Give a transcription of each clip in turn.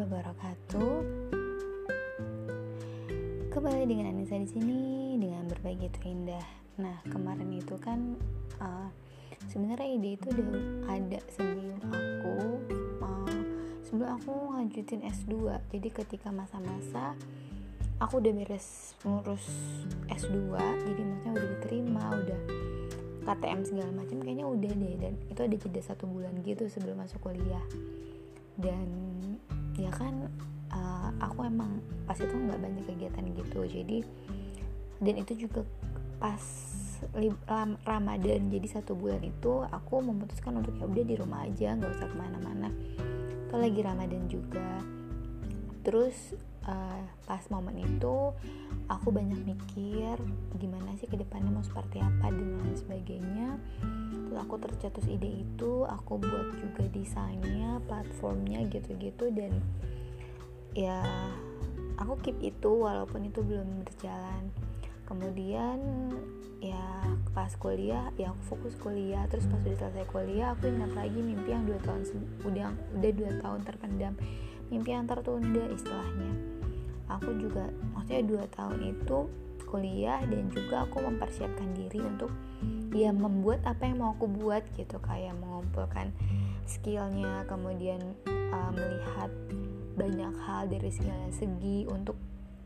wabarakatuh. Kembali dengan Anissa di sini dengan berbagi itu indah. Nah, kemarin itu kan sebenarnya ide itu udah ada sebelum aku lanjutin S2. Jadi ketika masa-masa aku udah beres ngurus S2, jadi maksudnya udah diterima, udah KTM segala macam, kayaknya udah deh. Dan itu ada jeda 1 bulan gitu sebelum masuk kuliah. Dan ya kan aku emang pas itu nggak banyak kegiatan gitu, jadi dan itu juga pas Ramadan, jadi 1 bulan itu aku memutuskan untuk ya udah di rumah aja, nggak usah kemana-mana, itu lagi Ramadan juga. Terus pas momen itu aku banyak mikir gimana sih kedepannya mau seperti apa dan lain sebagainya. Terus aku tercetus ide itu, aku buat juga desainnya, platformnya gitu-gitu, dan ya aku keep itu walaupun itu belum berjalan. Kemudian ya pas kuliah ya aku fokus kuliah. Terus pas udah selesai kuliah aku ingat lagi mimpi yang 2 tahun udah 2 tahun terpendam, mimpi yang tertunda istilahnya. Aku juga maksudnya 2 tahun itu kuliah dan juga aku mempersiapkan diri untuk ya membuat apa yang mau aku buat gitu, kayak mengumpulkan skillnya, kemudian melihat banyak hal dari segala segi untuk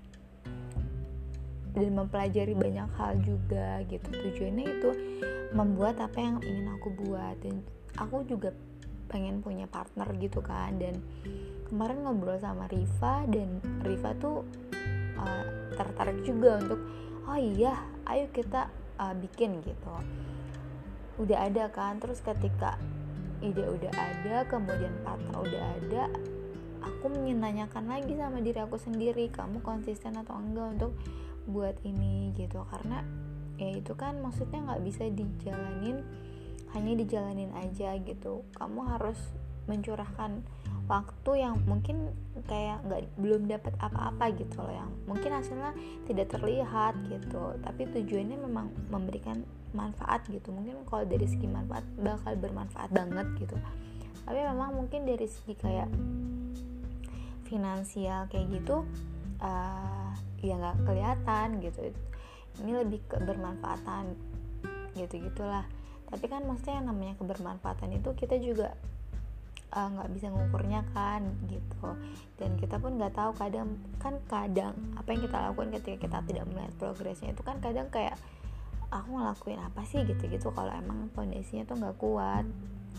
dan mempelajari banyak hal juga gitu. Tujuannya itu membuat apa yang ingin aku buat, dan aku juga pengen punya partner gitu kan. Dan kemarin ngobrol sama Riva, dan Riva tuh tertarik juga untuk oh iya ayo kita bikin gitu. Udah ada kan, terus ketika ide udah ada, kemudian partner udah ada, aku menanyakan lagi sama diri aku sendiri, kamu konsisten atau enggak untuk buat ini gitu. Karena ya itu kan maksudnya nggak bisa hanya dijalanin aja gitu. Kamu harus mencurahkan waktu yang mungkin kayak belum dapat apa-apa gitu loh, yang mungkin hasilnya tidak terlihat gitu, tapi tujuannya memang memberikan manfaat gitu. Mungkin kalau dari segi manfaat bakal bermanfaat banget gitu, tapi memang mungkin dari segi kayak finansial kayak gitu ya nggak kelihatan gitu. Ini lebih ke bermanfaatan gitu-gitulah. Tapi kan maksudnya yang namanya kebermanfaatan itu kita juga nggak bisa ngukurnya kan gitu, dan kita pun nggak tahu kadang apa yang kita lakukan ketika kita tidak melihat progresnya itu kan kadang kayak aku ngelakuin apa sih gitu kalau emang fondasinya tuh nggak kuat.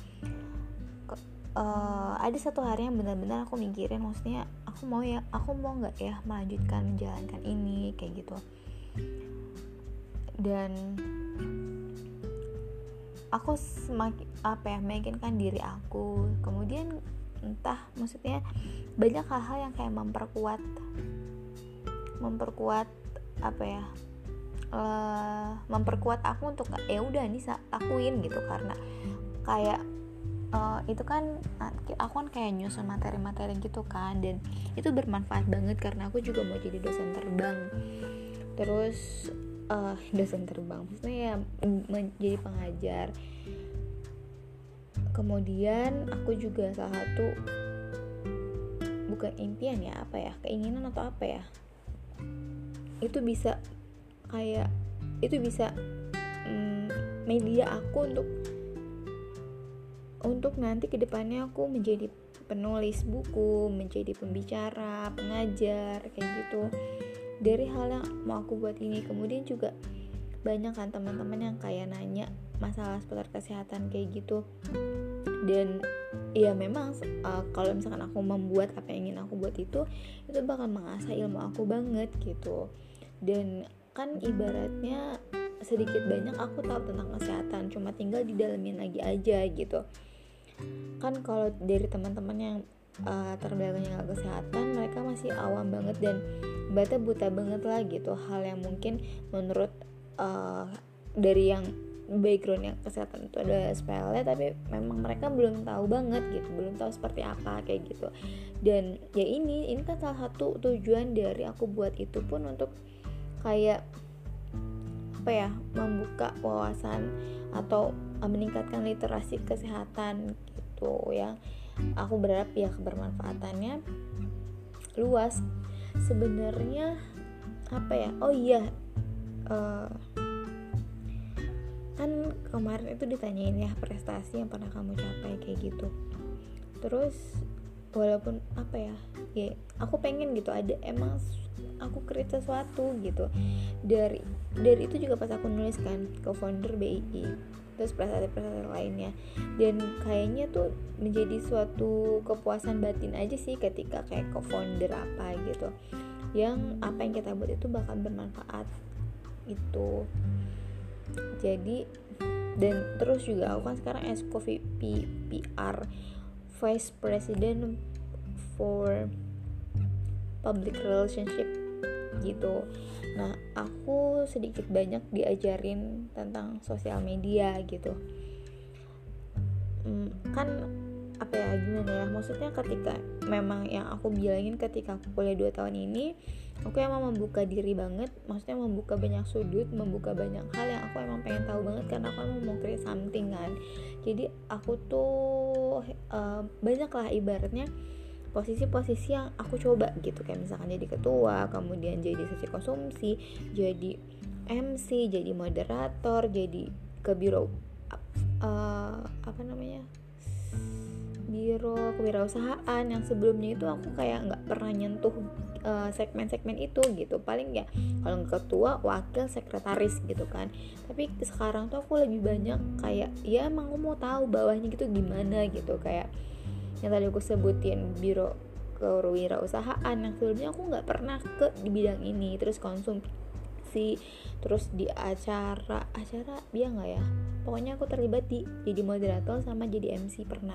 Ada satu hari yang benar-benar aku mikirin, maksudnya aku mau nggak ya melanjutkan menjalankan ini kayak gitu. Dan aku semakin meyakinkan diri aku. Kemudian entah maksudnya banyak hal-hal yang kayak memperkuat memperkuat aku untuk ya udah nih lakuin gitu. Karena kayak itu kan aku kan kayak nyusun materi-materi gitu kan, dan itu bermanfaat banget karena aku juga mau jadi dosen terbang. Terus dosen terbang maksudnya ya menjadi pengajar. Kemudian aku juga salah satu bukan impian ya, keinginan atau itu bisa media aku untuk nanti kedepannya aku menjadi penulis buku, menjadi pembicara, pengajar kayak gitu. Dari hal yang mau aku buat ini. Kemudian juga banyak kan teman-teman yang kayak nanya masalah seputar kesehatan kayak gitu. Dan ya memang kalau misalkan aku membuat apa yang ingin aku buat itu bakal mengasah ilmu aku banget gitu. Dan kan ibaratnya sedikit banyak aku tahu tentang kesehatan, cuma tinggal didalamin lagi aja gitu. Kan kalau dari teman-teman yang terbelakangnya kesehatan, mereka masih awam banget dan buta banget lah gitu, hal yang mungkin menurut dari yang background yang kesehatan itu ada sepele, tapi memang mereka belum tahu banget gitu, belum tahu seperti apa kayak gitu. Dan ya ini kan salah satu tujuan dari aku buat itu pun untuk kayak membuka wawasan atau meningkatkan literasi kesehatan gitu, yang aku berharap ya kebermanfaatannya luas. Sebenarnya apa ya, oh iya, kan kemarin itu ditanyain ya prestasi yang pernah kamu capai kayak gitu. Terus walaupun apa ya, ya aku pengen gitu ada, emang aku create sesuatu gitu. Dari itu juga pas aku nulis kan ke founder BII, terus prestasi lainnya, dan kayaknya tuh menjadi suatu kepuasan batin aja sih ketika kayak co-founder apa gitu, yang apa yang kita buat itu bakal bermanfaat gitu. Jadi, dan terus juga aku kan sekarang Exco VP PR, Vice President for Public Relationship gitu. Nah, aku sedikit banyak diajarin tentang sosial media gitu. Kan apa ya, gimana ya, maksudnya ketika memang yang aku bilangin ketika aku kuliah 2 tahun ini, aku emang membuka diri banget, maksudnya membuka banyak sudut, membuka banyak hal yang aku emang pengen tahu banget, karena aku emang mau create something kan. Jadi aku tuh banyak lah ibaratnya posisi-posisi yang aku coba gitu, kayak misalkan jadi ketua, kemudian jadi sesi konsumsi, jadi MC, jadi moderator, jadi ke biro apa namanya, biro kewirausahaan, yang sebelumnya itu aku kayak nggak pernah nyentuh segmen-segmen itu gitu. Paling ya kalau nggak ketua, wakil, sekretaris gitu kan. Tapi sekarang tuh aku lebih banyak kayak ya emang aku mau tahu bawahnya gitu gimana gitu, kayak yang tadi aku sebutin biro kewirausahaan, yang sebelumnya aku nggak pernah ke di bidang ini. Terus konsumsi, terus di acara dia nggak ya, pokoknya aku terlibat di jadi moderator sama jadi MC pernah.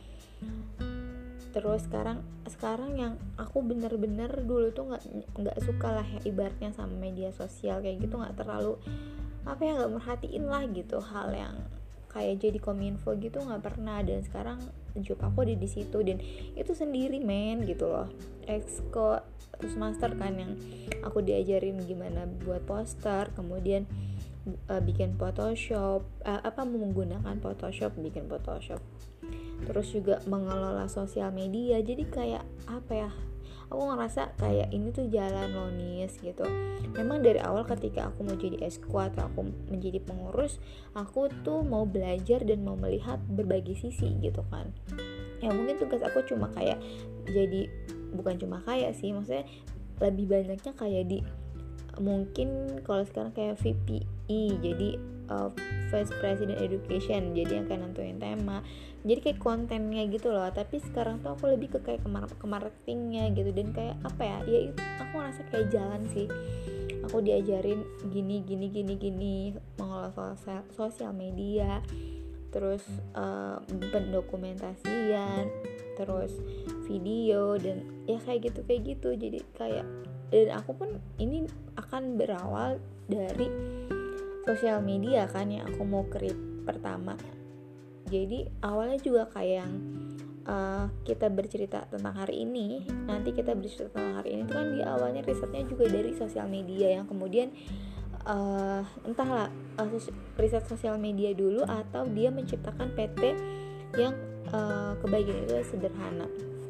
Terus sekarang yang aku bener-bener dulu tuh nggak suka lah ya ibaratnya sama media sosial kayak gitu, nggak terlalu apa ya, nggak merhatiin lah gitu hal yang kayak jadi kominfo gitu, nggak pernah. Dan sekarang job aku ada di situ, dan itu sendiri men gitu loh, exco terus master kan, yang aku diajarin gimana buat poster, kemudian bikin Photoshop, menggunakan Photoshop, bikin Photoshop, terus juga mengelola sosial media. Jadi kayak apa ya, aku ngerasa kayak ini tuh jalan lonis gitu. Memang dari awal ketika aku mau jadi exco atau aku menjadi pengurus, aku tuh mau belajar dan mau melihat berbagai sisi gitu kan. Ya mungkin tugas aku cuma kayak jadi, bukan cuma kayak sih, maksudnya lebih banyaknya kayak di, mungkin kalau sekarang kayak VPE, jadi Vice President Education, jadi yang kayak nentuin tema, jadi kayak kontennya gitu loh. Tapi sekarang tuh aku lebih ke kayak ke marketingnya gitu, dan kayak apa ya, ya itu aku ngerasa kayak jalan sih. Aku diajarin gini mengelola sosial media, terus pendokumentasian, terus video, dan ya kayak gitu. Jadi kayak, dan aku pun ini akan berawal dari sosial media kan yang aku mau create pertama. Jadi awalnya juga kayak yang kita bercerita tentang hari ini, nanti kita bercerita tentang hari ini itu kan di awalnya risetnya juga dari sosial media, yang kemudian entahlah riset sosial media dulu atau dia menciptakan PT yang kebagian itu sederhana.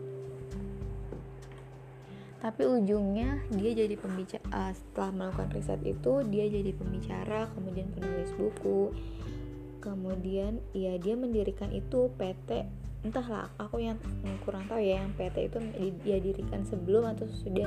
Tapi ujungnya dia jadi pembicara. Setelah melakukan riset itu dia jadi pembicara, kemudian penulis buku, kemudian ya dia mendirikan itu PT, entahlah aku yang kurang tahu ya, yang PT itu dia dirikan sebelum atau sudah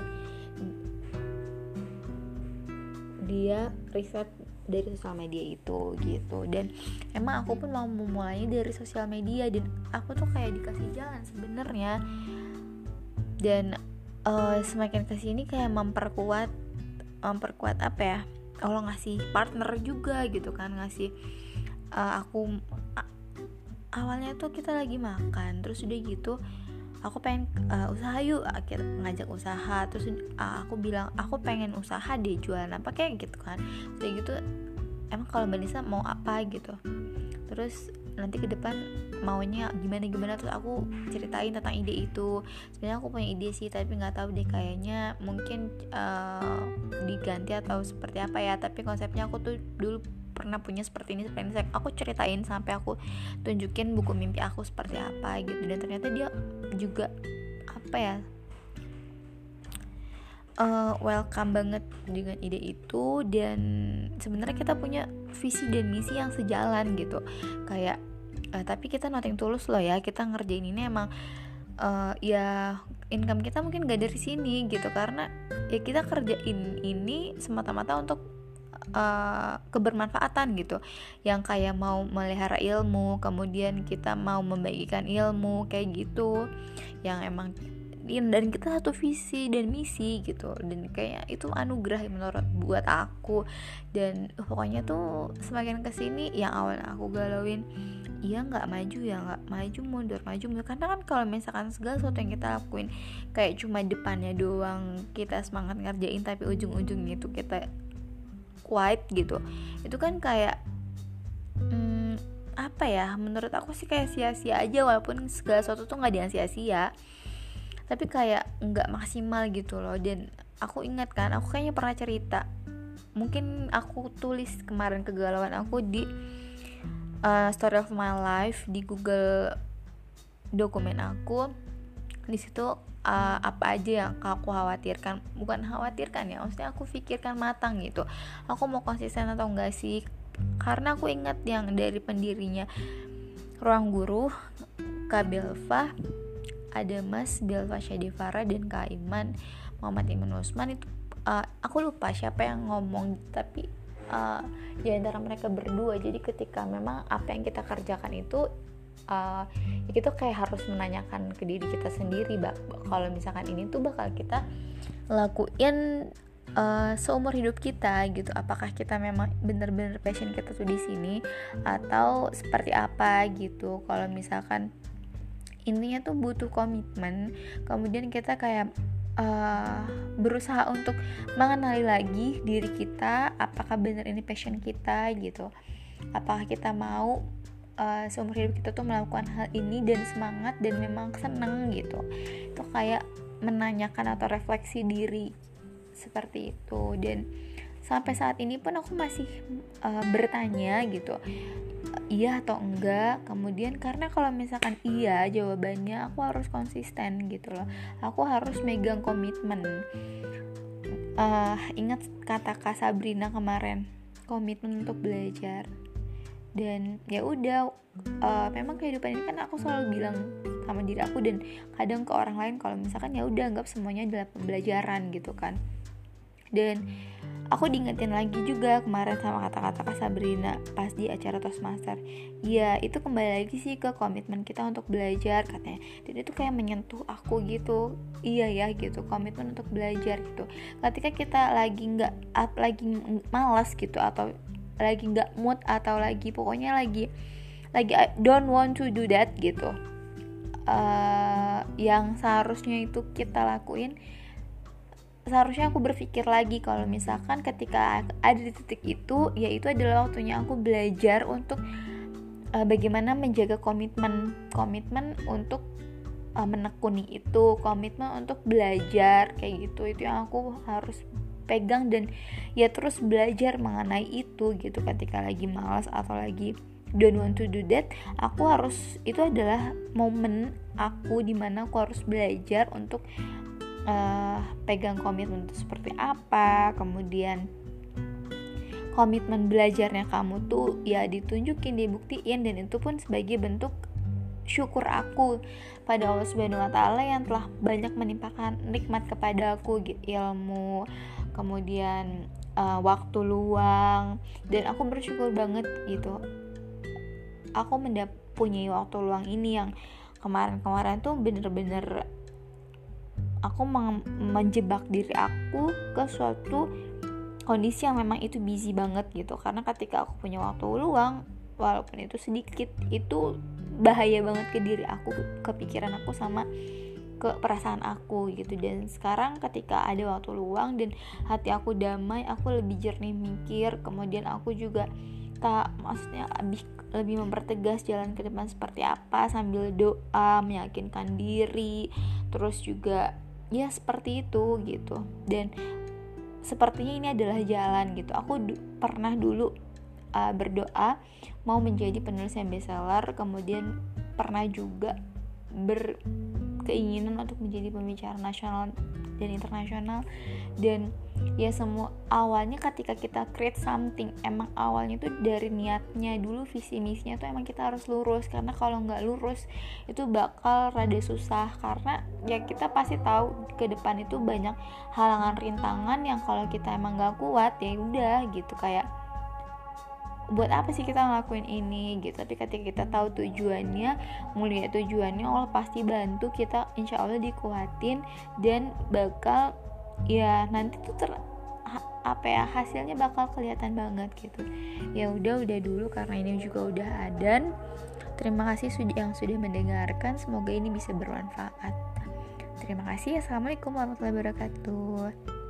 dia riset dari sosial media itu gitu. Dan emang aku pun mau memulainya dari sosial media, dan aku tuh kayak dikasih jalan sebenarnya. Dan semakin kesini kayak memperkuat apa ya, Allah ngasih partner juga gitu kan, ngasih aku awalnya tuh kita lagi makan, terus udah gitu aku pengen usaha yuk, kita ngajak usaha. Terus aku bilang aku pengen usaha deh, jualan apa kayak gitu kan. Udah gitu emang kalau Mbak Nisa mau apa gitu, terus nanti ke depan maunya gimana, terus aku ceritain tentang ide itu. Sebenarnya aku punya ide sih, tapi nggak tahu deh, kayaknya mungkin diganti atau seperti apa ya. Tapi konsepnya aku tuh dulu pernah punya seperti ini. Aku ceritain sampai aku tunjukin buku mimpi aku seperti apa gitu, dan ternyata dia juga apa ya, welcome banget dengan ide itu, dan sebenarnya kita punya visi dan misi yang sejalan gitu. Kayak tapi kita nothing tulus loh ya, kita ngerjain ini emang ya income kita mungkin gak dari sini gitu, karena ya kita kerjain ini semata-mata untuk kebermanfaatan gitu, yang kayak mau melihara ilmu, kemudian kita mau membagikan ilmu kayak gitu, yang emang dan kita satu visi dan misi gitu, dan kayak itu anugerah menurut buat aku. Dan pokoknya tuh semakin kesini, yang awalnya aku galauin iya nggak maju ya nggak maju mundur, karena kan kalau misalkan segala sesuatu yang kita lakuin kayak cuma depannya doang kita semangat ngerjain, tapi ujung-ujungnya itu kita quiet gitu, itu kan kayak apa ya, menurut aku sih kayak sia-sia aja, walaupun segala sesuatu tuh nggak ada yang sia-sia, tapi kayak nggak maksimal gitu loh. Dan aku ingat kan, aku kayaknya pernah cerita, mungkin aku tulis kemarin kegalauan aku di story of my life di Google dokumen aku. Di situ apa aja yang aku khawatirkan, bukan khawatirkan ya, maksudnya aku pikirkan matang gitu, aku mau konsisten atau enggak sih. Karena aku ingat yang dari pendirinya Ruang Guru, Kak Belva, ada Mas Belva Syadifara dan Kak Iman Muhammad Iman Usman, itu aku lupa siapa yang ngomong, tapi di antara mereka berdua. Jadi ketika memang apa yang kita kerjakan itu ya kita kayak harus menanyakan ke diri kita sendiri, kalau misalkan ini tuh bakal kita lakuin seumur hidup kita gitu, apakah kita memang benar-benar passion kita tuh di sini atau seperti apa gitu. Kalau misalkan intinya tuh butuh komitmen, kemudian kita kayak berusaha untuk mengenali lagi diri kita, apakah benar ini passion kita gitu, apakah kita mau seumur hidup kita tuh melakukan hal ini dan semangat dan memang seneng gitu. Itu kayak menanyakan atau refleksi diri seperti itu. Dan sampai saat ini pun aku masih bertanya gitu, iya atau enggak. Kemudian karena kalau misalkan iya jawabannya, aku harus konsisten gitu loh, aku harus megang komitmen. Ingat kata Kak Sabrina kemarin, komitmen untuk belajar. Dan ya udah, memang kehidupan ini kan aku selalu bilang sama diri aku dan kadang ke orang lain, kalau misalkan ya udah anggap semuanya adalah pembelajaran gitu kan. Dan aku diingetin lagi juga kemarin sama kata-kata Kak Sabrina pas di acara Toastmaster. Ya itu kembali lagi sih ke komitmen kita untuk belajar katanya. Dan itu kayak menyentuh aku gitu. Iya ya gitu, komitmen untuk belajar gitu. Ketika kita lagi malas gitu, atau lagi nggak mood, atau lagi pokoknya lagi I don't want to do that gitu, yang seharusnya itu kita lakuin, seharusnya aku berpikir lagi kalau misalkan ketika ada di titik itu, ya itu adalah waktunya aku belajar untuk bagaimana menjaga komitmen untuk menekuni itu, komitmen untuk belajar kayak gitu. Itu yang aku harus pegang dan ya terus belajar mengenai itu gitu. Ketika lagi malas atau lagi don't want to do that, aku harus, itu adalah momen aku dimana aku harus belajar untuk pegang komitmen itu seperti apa. Kemudian komitmen belajarnya kamu tuh ya ditunjukin, dibuktiin, dan itu pun sebagai bentuk syukur aku pada Allah Subhanahu wa taala yang telah banyak menimpakan nikmat kepada aku, ilmu, kemudian waktu luang. Dan aku bersyukur banget gitu, aku punya waktu luang ini yang kemarin tuh bener-bener aku menjebak diri aku ke suatu kondisi yang memang itu busy banget gitu. Karena ketika aku punya waktu luang, walaupun itu sedikit, itu bahaya banget ke diri aku, ke pikiran aku, sama ke perasaan aku gitu. Dan sekarang ketika ada waktu luang dan hati aku damai, aku lebih jernih mikir. Kemudian aku juga maksudnya lebih mempertegas jalan ke depan seperti apa, sambil doa, meyakinkan diri, terus juga ya seperti itu gitu. Dan sepertinya ini adalah jalan gitu. Aku pernah dulu berdoa mau menjadi penulis yang bestseller, kemudian pernah juga berkeinginan untuk menjadi pembicara nasional dan internasional. Dan ya semua awalnya ketika kita create something, emang awalnya tuh dari niatnya dulu, visi misinya tuh emang kita harus lurus, karena kalau nggak lurus itu bakal rada susah, karena ya kita pasti tahu ke depan itu banyak halangan rintangan yang kalau kita emang nggak kuat ya udah gitu, kayak buat apa sih kita ngelakuin ini gitu. Tapi ketika kita tahu tujuannya, mulia tujuannya, Allah pasti bantu kita, insya Allah dikuatin, dan bakal ya nanti tuh hasilnya bakal kelihatan banget gitu. Ya udah dulu karena ini juga udah adzan. Terima kasih yang sudah mendengarkan, semoga ini bisa bermanfaat. Terima kasih. Assalamualaikum warahmatullahi wabarakatuh.